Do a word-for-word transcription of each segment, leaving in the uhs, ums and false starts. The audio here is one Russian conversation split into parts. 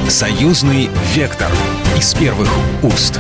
Союзный вектор из первых уст.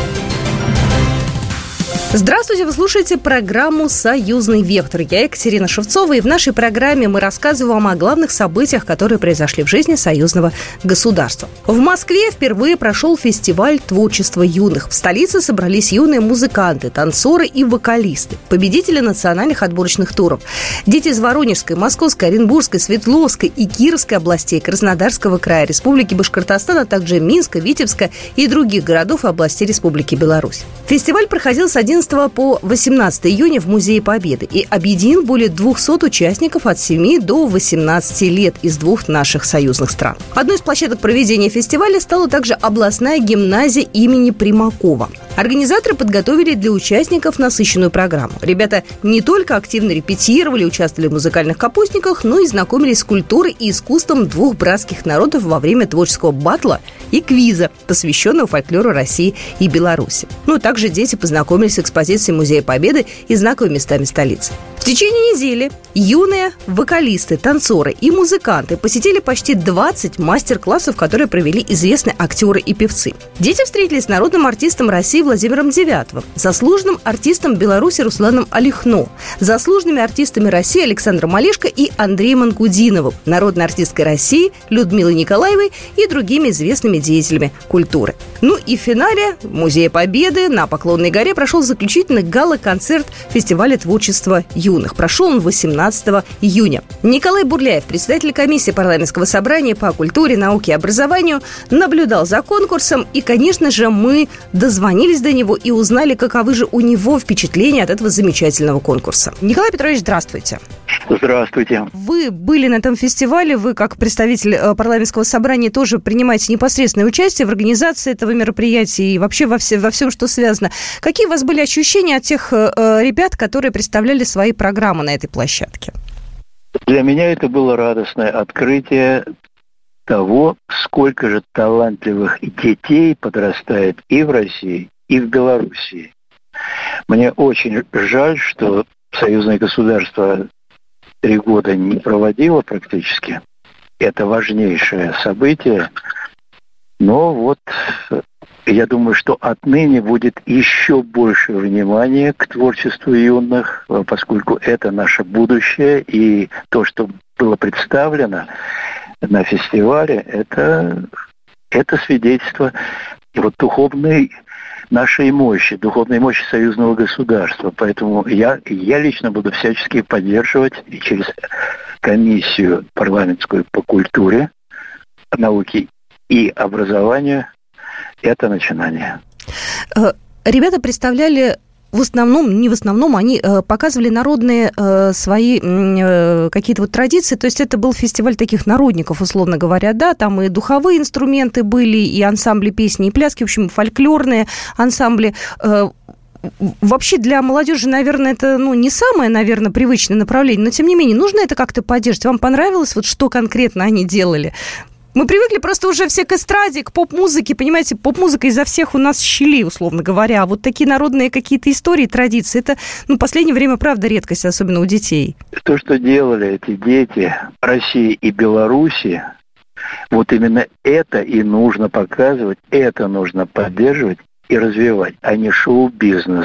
Здравствуйте, вы слушаете программу «Союзный вектор». Я Екатерина Шевцова, и в нашей программе мы рассказываем вам о главных событиях, которые произошли в жизни союзного государства. В Москве впервые прошел фестиваль творчества юных. В столице собрались юные музыканты, танцоры и вокалисты, победители национальных отборочных туров. Дети из Воронежской, Московской, Оренбургской, Свердловской и Кировской областей, Краснодарского края, Республики Башкортостан, а также Минска, Витебска и других городов и областей Республики Беларусь. Фестиваль проходил с одиннадцатого по восемнадцатое июня в Музее Победы и объединил более двухсот участников от семи до восемнадцати лет из двух наших союзных стран. Одной из площадок проведения фестиваля стала также областная гимназия имени Примакова. Организаторы подготовили для участников насыщенную программу. Ребята не только активно репетировали, участвовали в музыкальных капустниках, но и знакомились с культурой и искусством двух братских народов во время творческого батла и квиза, посвященного фольклору России и Беларуси. Ну, также дети познакомились с экспозицией Музея Победы и знаковыми местами столицы. В течение недели юные вокалисты, танцоры и музыканты посетили почти двадцать мастер-классов, которые провели известные актеры и певцы. Дети встретились с народным артистом России Владимиром Девятовым, заслуженным артистом Беларуси Русланом Алихно, заслуженными артистами России Александром Олешко и Андреем Ангудиновым, народной артисткой России Людмилой Николаевой и другими известными деятелями культуры. Ну и в финале Музея Победы на Поклонной горе прошел заключительный гала-концерт фестиваля творчества юных. Прошел он восемнадцатого июня. Николай Бурляев, председатель комиссии парламентского собрания по культуре, науке и образованию, наблюдал за конкурсом. И, конечно же, мы дозвонились до него и узнали, каковы же у него впечатления от этого замечательного конкурса. Николай Петрович, здравствуйте. Здравствуйте. Вы были на этом фестивале, вы, как представитель парламентского собрания, тоже принимаете непосредственное участие в организации этого мероприятия и вообще во, все, во всем, что связано. Какие у вас были ощущения от тех э, ребят, которые представляли свои программы на этой площадке? Для меня это было радостное открытие того, сколько же талантливых детей подрастает и в России, и в Белоруссии. Мне очень жаль, что союзное государство три года не проводило практически. Это важнейшее событие. Но вот я думаю, что отныне будет еще больше внимания к творчеству юных, поскольку это наше будущее, и то, что было представлено на фестивале, это, это свидетельство вот духовной нашей мощи, духовной мощи союзного государства. Поэтому я, я лично буду всячески поддерживать и через комиссию парламентскую по культуре, науке и образованию это начинание. Ребята представляли в основном, не в основном, они э, показывали народные э, свои э, какие-то вот традиции, то есть это был фестиваль таких народников, условно говоря, да, там и духовые инструменты были, и ансамбли песни и пляски, в общем, фольклорные ансамбли. Э, Вообще для молодежи, наверное, это ну, не самое, наверное, привычное направление, но, тем не менее, нужно это как-то поддерживать. Вам понравилось, вот что конкретно они делали? Мы привыкли просто уже все к эстраде, к поп-музыке, понимаете, поп-музыка изо всех у нас щелей, условно говоря. А вот такие народные какие-то истории, традиции, это, ну, в последнее время, правда, редкость, особенно у детей. То, что делали эти дети России и Беларуси, вот именно это и нужно показывать, это нужно поддерживать и развивать, а не шоу-бизнес,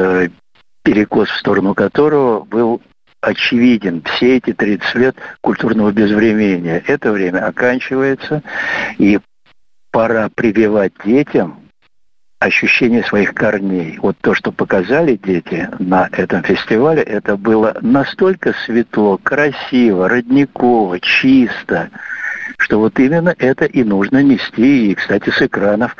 перекос в сторону которого был очевиден все эти тридцать лет культурного безвременья. Это время оканчивается, и пора прививать детям ощущение своих корней. Вот то, что показали дети на этом фестивале, это было настолько светло, красиво, родниково, чисто, что вот именно это и нужно нести. И, кстати, с экранов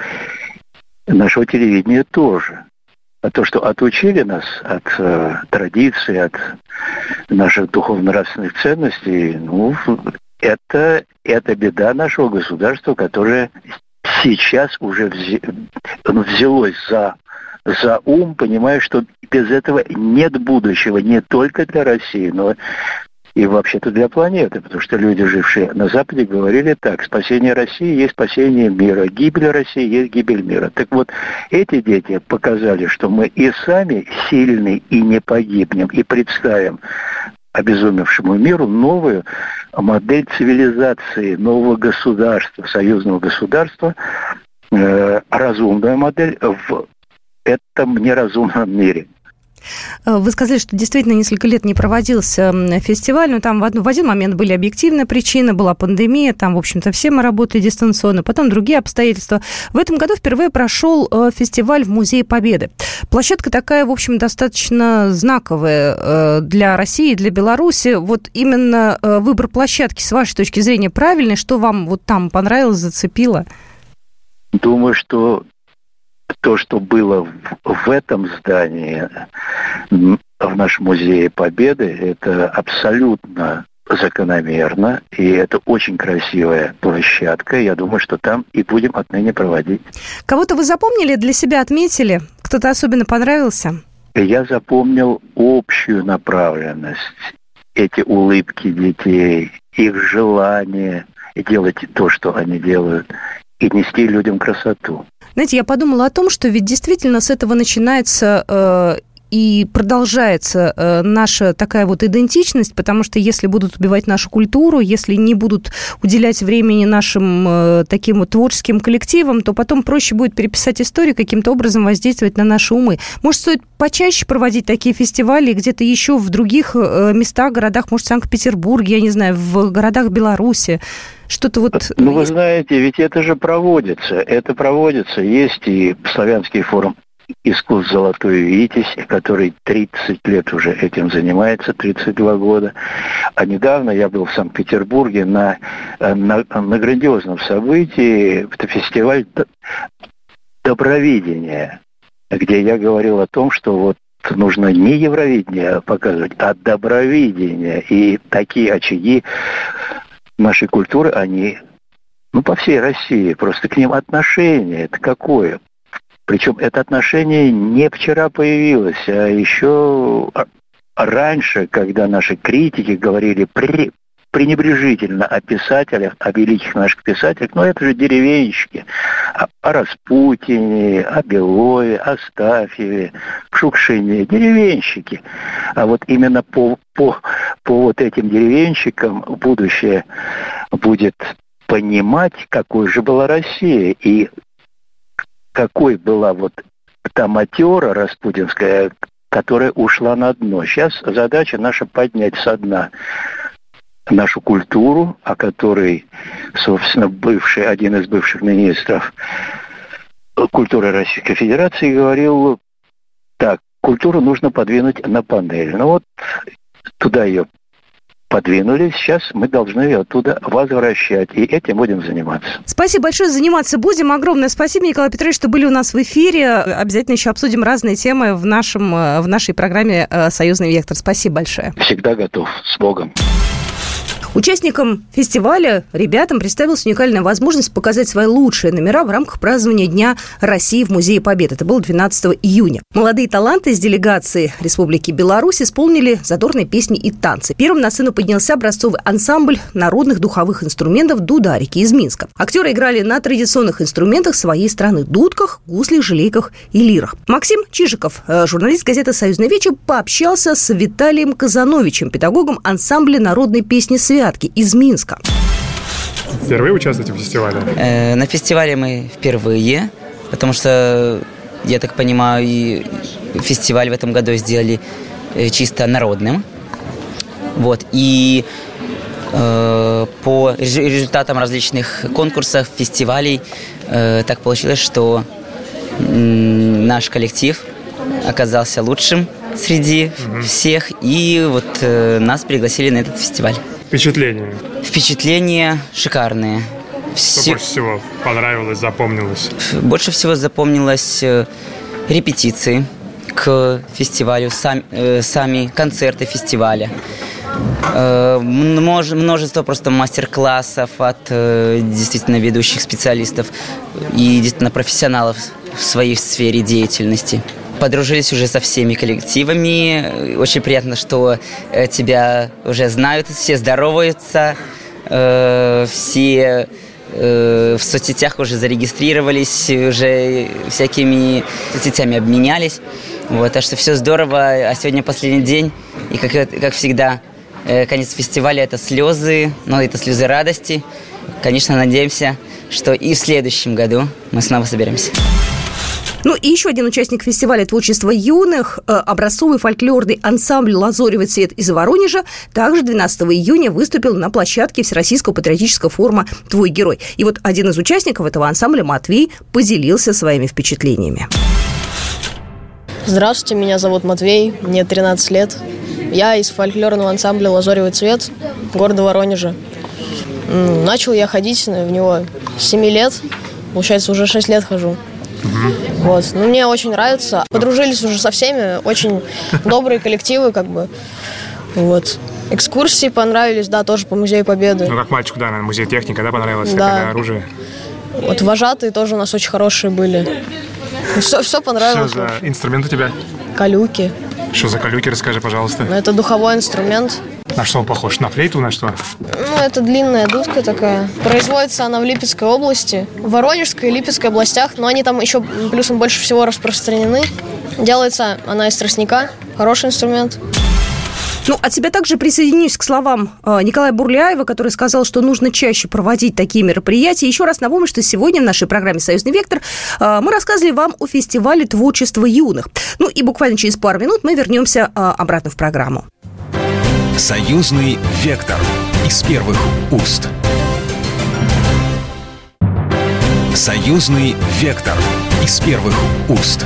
нашего телевидения тоже. А то, что отучили нас от э, традиций, от наших духовно-нравственных ценностей, ну, это, это беда нашего государства, которое сейчас уже взе, ну, взялось за, за ум, понимая, что без этого нет будущего не только для России, но и вообще-то для планеты, потому что люди, жившие на Западе, говорили так: спасение России есть спасение мира, гибель России есть гибель мира. Так вот, эти дети показали, что мы и сами сильны и не погибнем, и представим обезумевшему миру новую модель цивилизации, нового государства, союзного государства, э, разумную модель в этом неразумном мире. Вы сказали, что действительно несколько лет не проводился фестиваль, но там в, одну, в один момент были объективные причины, была пандемия, там, в общем-то, все мы работали дистанционно, потом другие обстоятельства. В этом году впервые прошел фестиваль в Музее Победы. Площадка такая, в общем, достаточно знаковая для России, для Беларуси. Вот именно выбор площадки, с вашей точки зрения, правильный? Что вам вот там понравилось, зацепило? Думаю, что то, что было в, в этом здании, в нашем Музее Победы, это абсолютно закономерно, и это очень красивая площадка. Я думаю, что там и будем отныне проводить. Кого-то вы запомнили, для себя отметили? Кто-то особенно понравился? Я запомнил общую направленность, эти улыбки детей, их желание делать то, что они делают, и нести людям красоту. Знаете, я подумала о том, что ведь действительно с этого начинается э, и продолжается э, наша такая вот идентичность, потому что если будут убивать нашу культуру, если не будут уделять времени нашим э, таким вот творческим коллективам, то потом проще будет переписать историю, каким-то образом воздействовать на наши умы. Может, стоит почаще проводить такие фестивали где-то еще в других э, местах, городах, может, в Санкт-Петербурге, я не знаю, в городах Беларуси? Что-то вот... Ну, вы знаете, ведь это же проводится. Это проводится. Есть и Славянский форум искусств «Золотой Витязь», который тридцать лет уже этим занимается, тридцать два года. А недавно я был в Санкт-Петербурге на, на, на грандиозном событии. Это фестиваль добровидения, где я говорил о том, что вот нужно не Евровидение показывать, а добровидение. И такие очаги нашей культуры, они, ну, по всей России, просто к ним отношение, это какое? Причем это отношение не вчера появилось, а еще раньше, когда наши критики говорили при, пренебрежительно о писателях, о великих наших писателях, ну, это же деревенщики, о, о Распутине, о Белове, о Астафьеве, Шукшине, деревенщики. А вот именно по, по, по вот этим деревенщикам будущее будет понимать, какой же была Россия и какой была вот та матера распутинская, которая ушла на дно. Сейчас задача наша поднять со дна нашу культуру, о которой, собственно, бывший, один из бывших министров культуры Российской Федерации говорил: так, культуру нужно подвинуть на панель. Ну вот туда ее подвинули, сейчас мы должны ее оттуда возвращать, и этим будем заниматься. Спасибо большое, заниматься будем. Огромное спасибо, Николай Петрович, что были у нас в эфире. Обязательно еще обсудим разные темы в, нашем, в нашей программе «Союзный вектор». Спасибо большое. Всегда готов. С Богом. Участникам фестиваля, ребятам, представилась уникальная возможность показать свои лучшие номера в рамках празднования Дня России в Музее Победы. Это было двенадцатого июня. Молодые таланты из делегации Республики Беларусь исполнили задорные песни и танцы. Первым на сцену поднялся образцовый ансамбль народных духовых инструментов «Дударики» из Минска. Актеры играли на традиционных инструментах своей страны – дудках, гуслях, жалейках и лирах. Максим Чижиков, журналист газеты «Союзный вечер», пообщался с Виталием Казановичем, педагогом ансамбля народной песни «Святки» из Минска. Впервые участвуете в фестивале? Э, на фестивале мы впервые, потому что, я так понимаю, и фестиваль в этом году сделали чисто народным. Вот. И э, по результатам различных конкурсов, фестивалей, э, так получилось, что э, наш коллектив оказался лучшим среди угу. всех, и вот э, нас пригласили на этот фестиваль. Впечатления? Впечатления шикарные. Что Все... больше всего понравилось, запомнилось? Больше всего запомнилось э, репетиции к фестивалю, сам, э, сами концерты фестиваля. Э, множ, множество просто мастер-классов от э, действительно ведущих специалистов и действительно профессионалов в своей сфере деятельности. Подружились уже со всеми коллективами. Очень приятно, что э, тебя уже знают, все здороваются, э, все э, в соцсетях уже зарегистрировались, уже всякими соцсетями обменялись. Вот, так что все здорово. А сегодня последний день, и как, как всегда конец фестиваля – это слезы, но это слезы радости. Конечно, надеемся, что и в следующем году мы снова соберемся. Ну и еще один участник фестиваля творчества юных, образцовый фольклорный ансамбль «Лазоревый цвет» из Воронежа, также двенадцатого июня выступил на площадке Всероссийского патриотического форума «Твой герой». И вот один из участников этого ансамбля, Матвей, поделился своими впечатлениями. Здравствуйте, меня зовут Матвей, мне тринадцать лет. Я из фольклорного ансамбля «Лазоревый цвет» города Воронежа. Начал я ходить в него с семи лет, получается, уже шесть лет хожу. Вот. Ну, мне очень нравится. Подружились уже со всеми. Очень добрые коллективы, как бы. Вот. Экскурсии понравились, да, тоже по Музею Победы. Ну, как мальчику, да, на музей техника, да, понравилось? Да. Всякое оружие. Вот вожатые тоже у нас очень хорошие были. Все, все понравилось. Что за инструмент у тебя? Калюки. Что за калюки, расскажи, пожалуйста. Ну, это духовой инструмент. На что он похож? На флейту, на что? Ну, это длинная дудка такая. Производится она в Липецкой области, в Воронежской и Липецкой областях, но они там еще плюсом больше всего распространены. Делается она из тростника. Хороший инструмент. Ну, от себя также присоединюсь к словам Николая Бурляева, который сказал, что нужно чаще проводить такие мероприятия. Еще раз напомню, что сегодня в нашей программе «Союзный вектор» мы рассказывали вам о фестивале творчества юных. Ну и буквально через пару минут мы вернемся обратно в программу. «Союзный вектор» из первых уст. «Союзный вектор» из первых уст.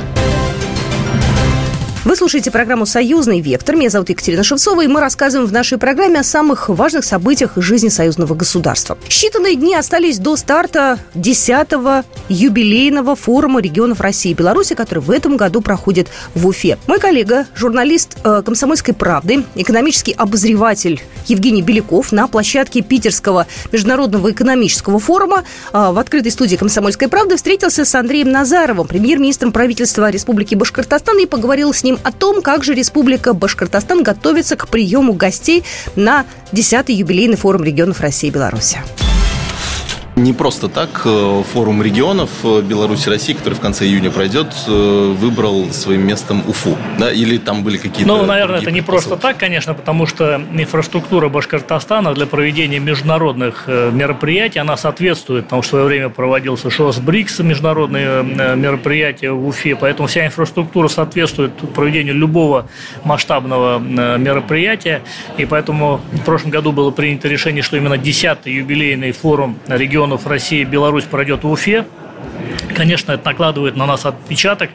Вы слушаете программу «Союзный вектор». Меня зовут Екатерина Шевцова, и мы рассказываем в нашей программе о самых важных событиях жизни союзного государства. Считанные дни остались до старта десятого юбилейного форума регионов России и Беларуси, который в этом году проходит в Уфе. Мой коллега, журналист э, «Комсомольской правды», экономический обозреватель Евгений Беляков на площадке Питерского международного экономического форума э, в открытой студии «Комсомольской правды» встретился с Андреем Назаровым, премьер-министром правительства Республики Башкортостан, и поговорил с ним о том, как же Республика Башкортостан готовится к приему гостей на десятый юбилейный форум регионов России и Беларуси. Не просто так форум регионов Беларуси и России, который в конце июня пройдет, выбрал своим местом Уфу, да? Или там были какие-то... Ну, наверное, это не просто так, конечно, потому что инфраструктура Башкортостана для проведения международных мероприятий, она соответствует, потому что в свое время проводился ШОС БРИКС, международные мероприятия в Уфе, поэтому вся инфраструктура соответствует проведению любого масштабного мероприятия, и поэтому в прошлом году было принято решение, что именно десятый юбилейный форум регионов России и Беларусь пройдет в Уфе. Конечно, это накладывает на нас отпечаток.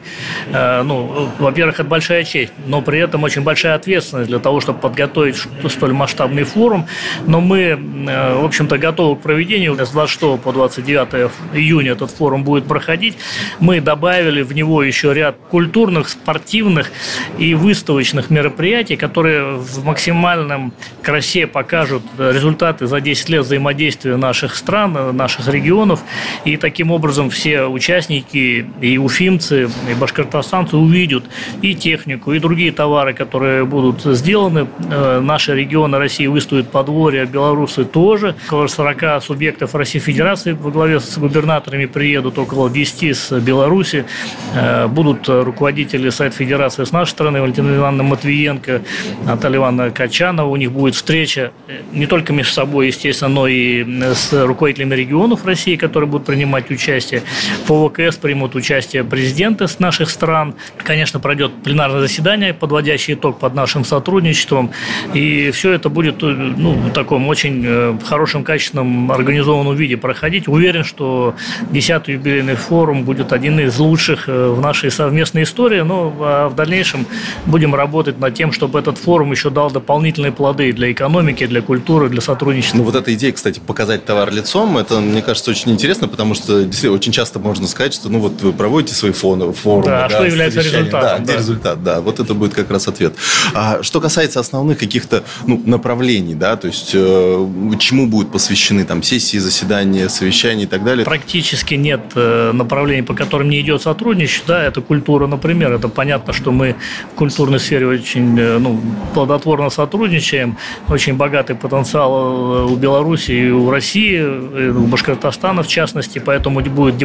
Ну, во-первых, это большая честь, но при этом очень большая ответственность для того, чтобы подготовить столь масштабный форум. Но мы, в общем-то, готовы к проведению. С двадцать шестого по двадцать девятое июня этот форум будет проходить. Мы добавили в него еще ряд культурных, спортивных и выставочных мероприятий, которые в максимальном красе покажут результаты за десять лет взаимодействия наших стран, наших регионов. И таким образом все участники, и уфимцы, и башкортостанцы увидят и технику, и другие товары, которые будут сделаны. Наши регионы России выставят подворье, белорусы тоже. Около сорока субъектов Российской Федерации во главе с губернаторами приедут, около десяти с Беларуси. Будут руководители Совета Федерации с нашей стороны, Валентина Ивановна Матвиенко, Наталья Ивановна Качанова. У них будет встреча не только между собой, естественно, но и с руководителями регионов России, которые будут принимать участие. По ВКС примут участие президенты с наших стран. Конечно, пройдет пленарное заседание, подводящий итог под нашим сотрудничеством. И все это будет, ну, в таком очень хорошем, качественном, организованном виде проходить. Уверен, что десятый юбилейный форум будет один из лучших в нашей совместной истории. Но в дальнейшем будем работать над тем, чтобы этот форум еще дал дополнительные плоды для экономики, для культуры, для сотрудничества. Ну, вот эта идея, кстати, показать товар лицом, это, мне кажется, очень интересно, потому что действительно очень часто можно сказать, что ну вот вы проводите свои форумы, да, да, что является результатом. Да, да. где результат, да, вот это будет как раз ответ. А что касается основных каких-то ну, направлений, да, то есть э, чему будут посвящены там сессии, заседания, совещания и так далее? Практически нет э, направлений, по которым не идет сотрудничество, да, это культура, например, это понятно, что мы в культурной сфере очень э, ну, плодотворно сотрудничаем, очень богатый потенциал у Беларуси и у России, и у Башкортостана в частности, поэтому будет демонстрация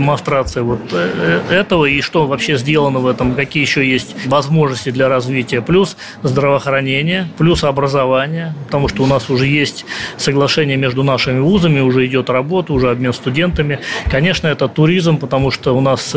реализация вот этого и что вообще сделано в этом, какие еще есть возможности для развития. Плюс здравоохранение, плюс образование, потому что у нас уже есть соглашение между нашими вузами, уже идет работа, уже обмен студентами. Конечно, это туризм, потому что у нас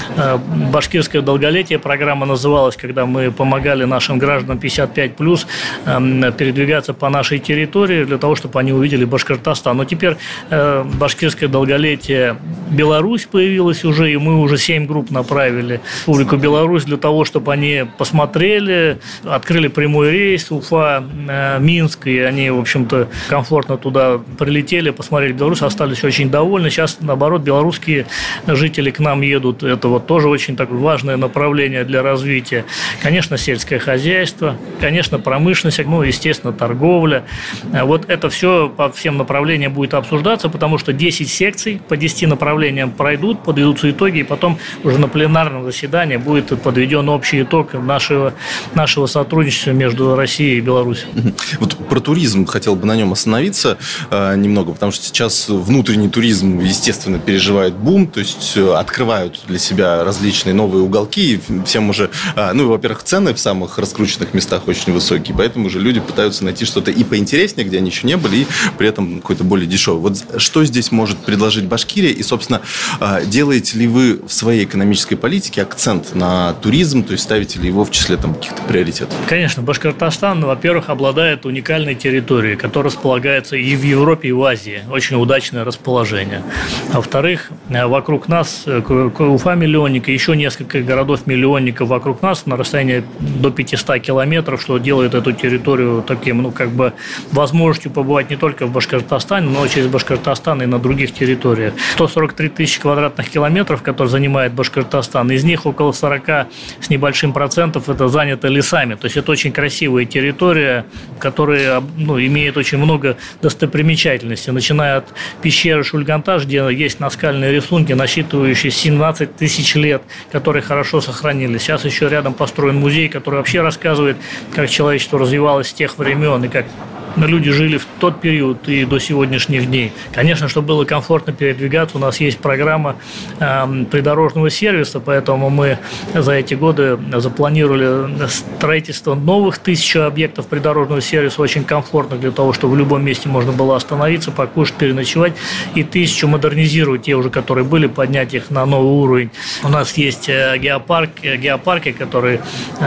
башкирское долголетие программа называлась, когда мы помогали нашим гражданам пятьдесят пять плюс передвигаться по нашей территории для того, чтобы они увидели Башкортостан. Но теперь башкирское долголетие Беларусь появилась уже, и мы уже семь групп направили в Республику Беларусь для того, чтобы они посмотрели, открыли прямой рейс Уфа, Минск, и они, в общем-то, комфортно туда прилетели, посмотрели Беларусь, остались очень довольны. Сейчас, наоборот, белорусские жители к нам едут. Это вот тоже очень такое важное направление для развития. Конечно, сельское хозяйство, конечно, промышленность, ну, естественно, торговля. Вот это все по всем направлениям будет обсуждаться, потому что десять секций по десяти направлениям пройдут, подведутся итоги, и потом уже на пленарном заседании будет подведен общий итог нашего, нашего сотрудничества между Россией и Беларусью. Вот про туризм хотел бы на нем остановиться э, немного, потому что сейчас внутренний туризм, естественно, переживает бум, то есть открывают для себя различные новые уголки, и всем уже, э, ну, во-первых, цены в самых раскрученных местах очень высокие, поэтому уже люди пытаются найти что-то и поинтереснее, где они еще не были, и при этом какой-то более дешевый. Вот что здесь может предложить Башкирия, и, собственно, э, делаете ли вы в своей экономической политике акцент на туризм, то есть ставите ли его в числе там каких-то приоритетов? Конечно, Башкортостан, во-первых, обладает уникальной территорией, которая располагается и в Европе, и в Азии. Очень удачное расположение. А во-вторых, вокруг нас Уфа-миллионник и еще несколько городов-миллионников вокруг нас на расстоянии до пятьсот километров, что делает эту территорию таким, ну, как бы возможностью побывать не только в Башкортостане, но и через Башкортостан и на других территориях. сто сорок три тысячи квадратных километров, которые занимает Башкортостан, из них около сорок с небольшим процентов это занято лесами. То есть это очень красивая территория, которая, ну, имеет очень много достопримечательностей, начиная от пещеры Шульганташ, где есть наскальные рисунки, насчитывающие семнадцать тысяч лет, которые хорошо сохранились. Сейчас еще рядом построен музей, который вообще рассказывает, как человечество развивалось с тех времен и как люди жили в тот период и до сегодняшних дней. Конечно, чтобы было комфортно передвигаться, у нас есть программа э, придорожного сервиса, поэтому мы за эти годы запланировали строительство новых тысячи объектов придорожного сервиса, очень комфортно для того, чтобы в любом месте можно было остановиться, покушать, переночевать, и тысячу модернизировать те уже, которые были, поднять их на новый уровень. У нас есть геопарк, геопарки, которые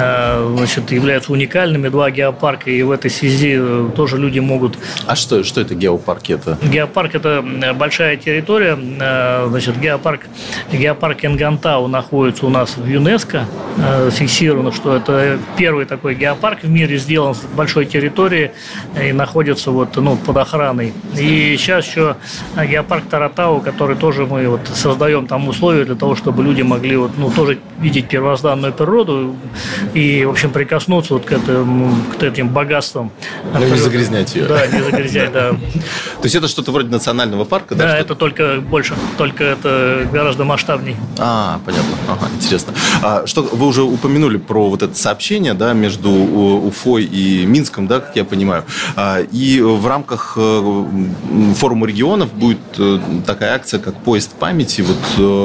э, значит, являются уникальными, два геопарка, и в этой связи тоже люди могут... А что, что это геопарки? Это? Геопарк – это большая территория. Значит, геопарк, геопарк Энгантау находится у нас в ЮНЕСКО. Фиксировано, что это первый такой геопарк в мире, сделан с большой территории и находится вот, ну, под охраной. И сейчас еще геопарк Таратау, который тоже мы вот создаем там условия для того, чтобы люди могли вот, ну, тоже видеть первозданную природу и, в общем, прикоснуться вот к, этому, к этим богатствам. Ну, не загрязнять ее. Да, не загрязнять, да. То есть это что-то вроде национального парка, да? Да, это только больше, только это гораздо масштабней. А, понятно. Ага, интересно. А, что вы уже упомянули про вот это сообщение, да, между Уфой и Минском, да, как я понимаю. А, и в рамках форума регионов будет такая акция, как «Поезд памяти». Вот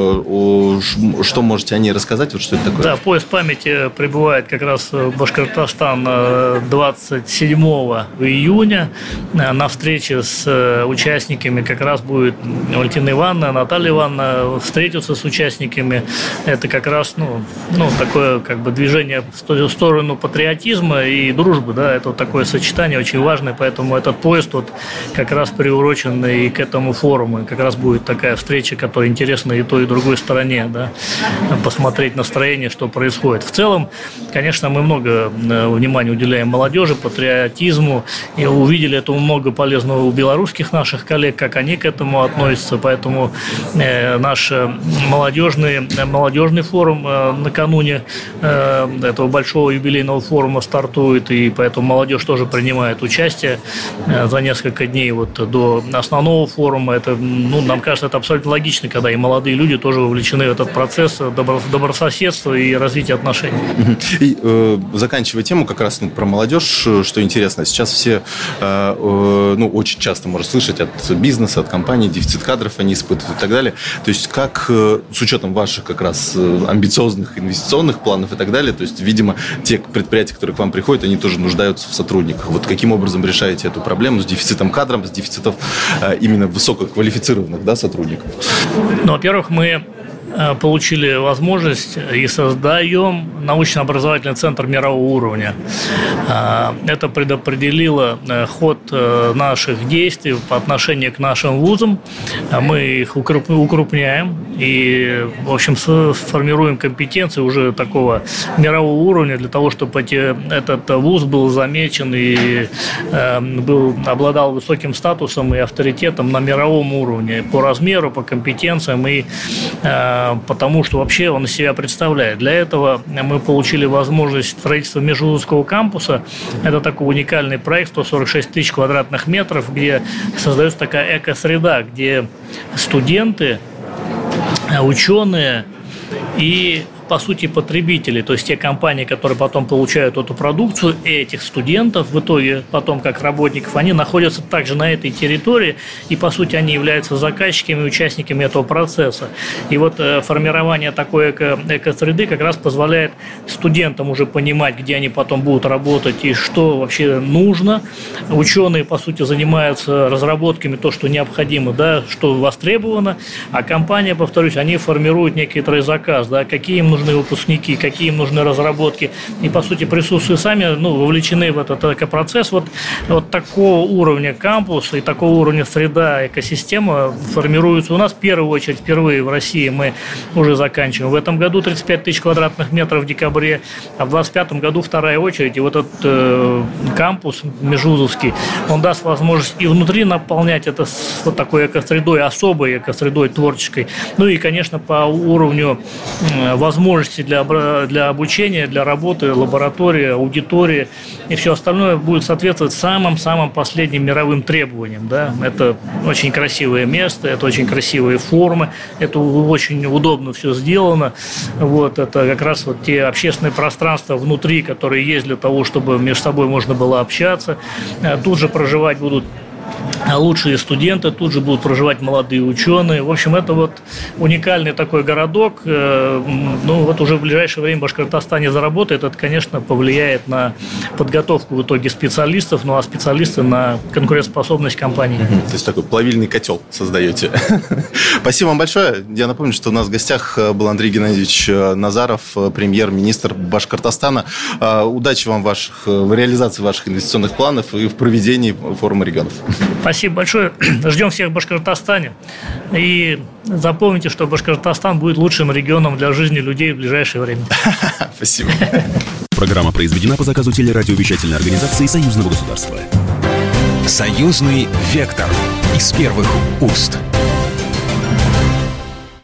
о, что можете о ней рассказать? Вот что это такое? Да, «Поезд памяти» прибывает как раз в Башкортостан двадцать седьмого июня. На встрече с участниками как раз будет Валентина Ивановна, Наталья Ивановна встретятся с участниками. Это как раз, ну, ну такое как бы движение в сторону патриотизма и дружбы, да, это вот такое сочетание очень важное, поэтому этот поезд вот как раз приурочен и к этому форуму. И как раз будет такая встреча, которая интересна и той, и другой стороне, да, посмотреть настроение, что происходит. В целом, конечно, мы много внимания уделяем молодежи, патриотизму, и увидели этому много полезного у белорусских наших коллег, как они к этому относятся, поэтому э, наш молодежный, молодежный форум э, накануне э, этого большого юбилейного форума стартует, и поэтому молодежь тоже принимает участие э, за несколько дней вот до основного форума. Это, ну, нам кажется, это абсолютно логично, когда и молодые люди тоже вовлечены в этот процесс добро, добрососедства и развития отношений. И, э, заканчивая тему как раз, ну, про молодежь, что интересно, сейчас все ну, очень часто можно слышать от бизнеса, от компаний, дефицит кадров они испытывают и так далее. То есть как с учетом ваших как раз амбициозных инвестиционных планов и так далее, то есть, видимо, те предприятия, которые к вам приходят, они тоже нуждаются в сотрудниках. Вот каким образом решаете эту проблему с дефицитом кадров, с дефицитом именно высококвалифицированных, да, сотрудников? Ну, во-первых, мы получили возможность и создаем научно-образовательный центр мирового уровня. Это предопределило ход наших действий по отношению к нашим вузам. Мы их укрупняем и, в общем, формируем компетенции уже такого мирового уровня для того, чтобы этот вуз был замечен и был, обладал высоким статусом и авторитетом на мировом уровне по размеру, по компетенциям и потому что вообще он из себя представляет. Для этого мы получили возможность строительства межвузовского кампуса. Это такой уникальный проект, сто сорок шесть тысяч квадратных метров, где создается такая экосреда, где студенты, ученые и, по сути, потребители, то есть те компании, которые потом получают эту продукцию, этих студентов в итоге потом как работников, они находятся также на этой территории, и, по сути, они являются заказчиками и участниками этого процесса. И вот э, формирование такой эко- экосреды как раз позволяет студентам уже понимать, где они потом будут работать и что вообще нужно. Ученые, по сути, занимаются разработками, то, что необходимо, да, что востребовано, а компания, повторюсь, они формируют некий заказ, да, какие им нужны выпускники, какие им нужны разработки, и, по сути, присутствуют сами, ну, вовлечены в этот экопроцесс. Вот, вот такого уровня кампус и такого уровня среда, экосистема формируется у нас в первую очередь, впервые в России мы уже заканчиваем. В этом году тридцать пять тысяч квадратных метров в декабре, а в двадцать пятом году вторая очередь. И вот этот э, кампус межвузовский, он даст возможность и внутри наполнять это вот такой экосредой, особой экосредой творческой. Ну и, конечно, по уровню э, возможностей для, для обучения, для работы, лаборатории, аудитории и все остальное будет соответствовать самым-самым последним мировым требованиям. Да? Это очень красивое место, это очень красивые формы, это очень удобно все сделано. Вот, это как раз вот те общественные пространства внутри, которые есть для того, чтобы между собой можно было общаться. Тут же проживать будут лучшие студенты, тут же будут проживать молодые ученые. В общем, это вот уникальный такой городок. Ну, вот уже в ближайшее время в Башкортостане заработает. Это, конечно, повлияет на подготовку в итоге специалистов, ну, а специалисты на конкурентоспособность компании. То есть такой плавильный котел создаете. Спасибо вам большое. Я напомню, что у нас в гостях был Андрей Геннадьевич Назаров, премьер-министр Башкортостана. Удачи вам в, ваших, в реализации ваших инвестиционных планов и в проведении форума регионов. Спасибо большое. Ждем всех в Башкортостане. И запомните, что Башкортостан будет лучшим регионом для жизни людей в ближайшее время. Спасибо. Программа произведена по заказу телерадиовещательной организации Союзного государства. Союзный вектор из первых уст.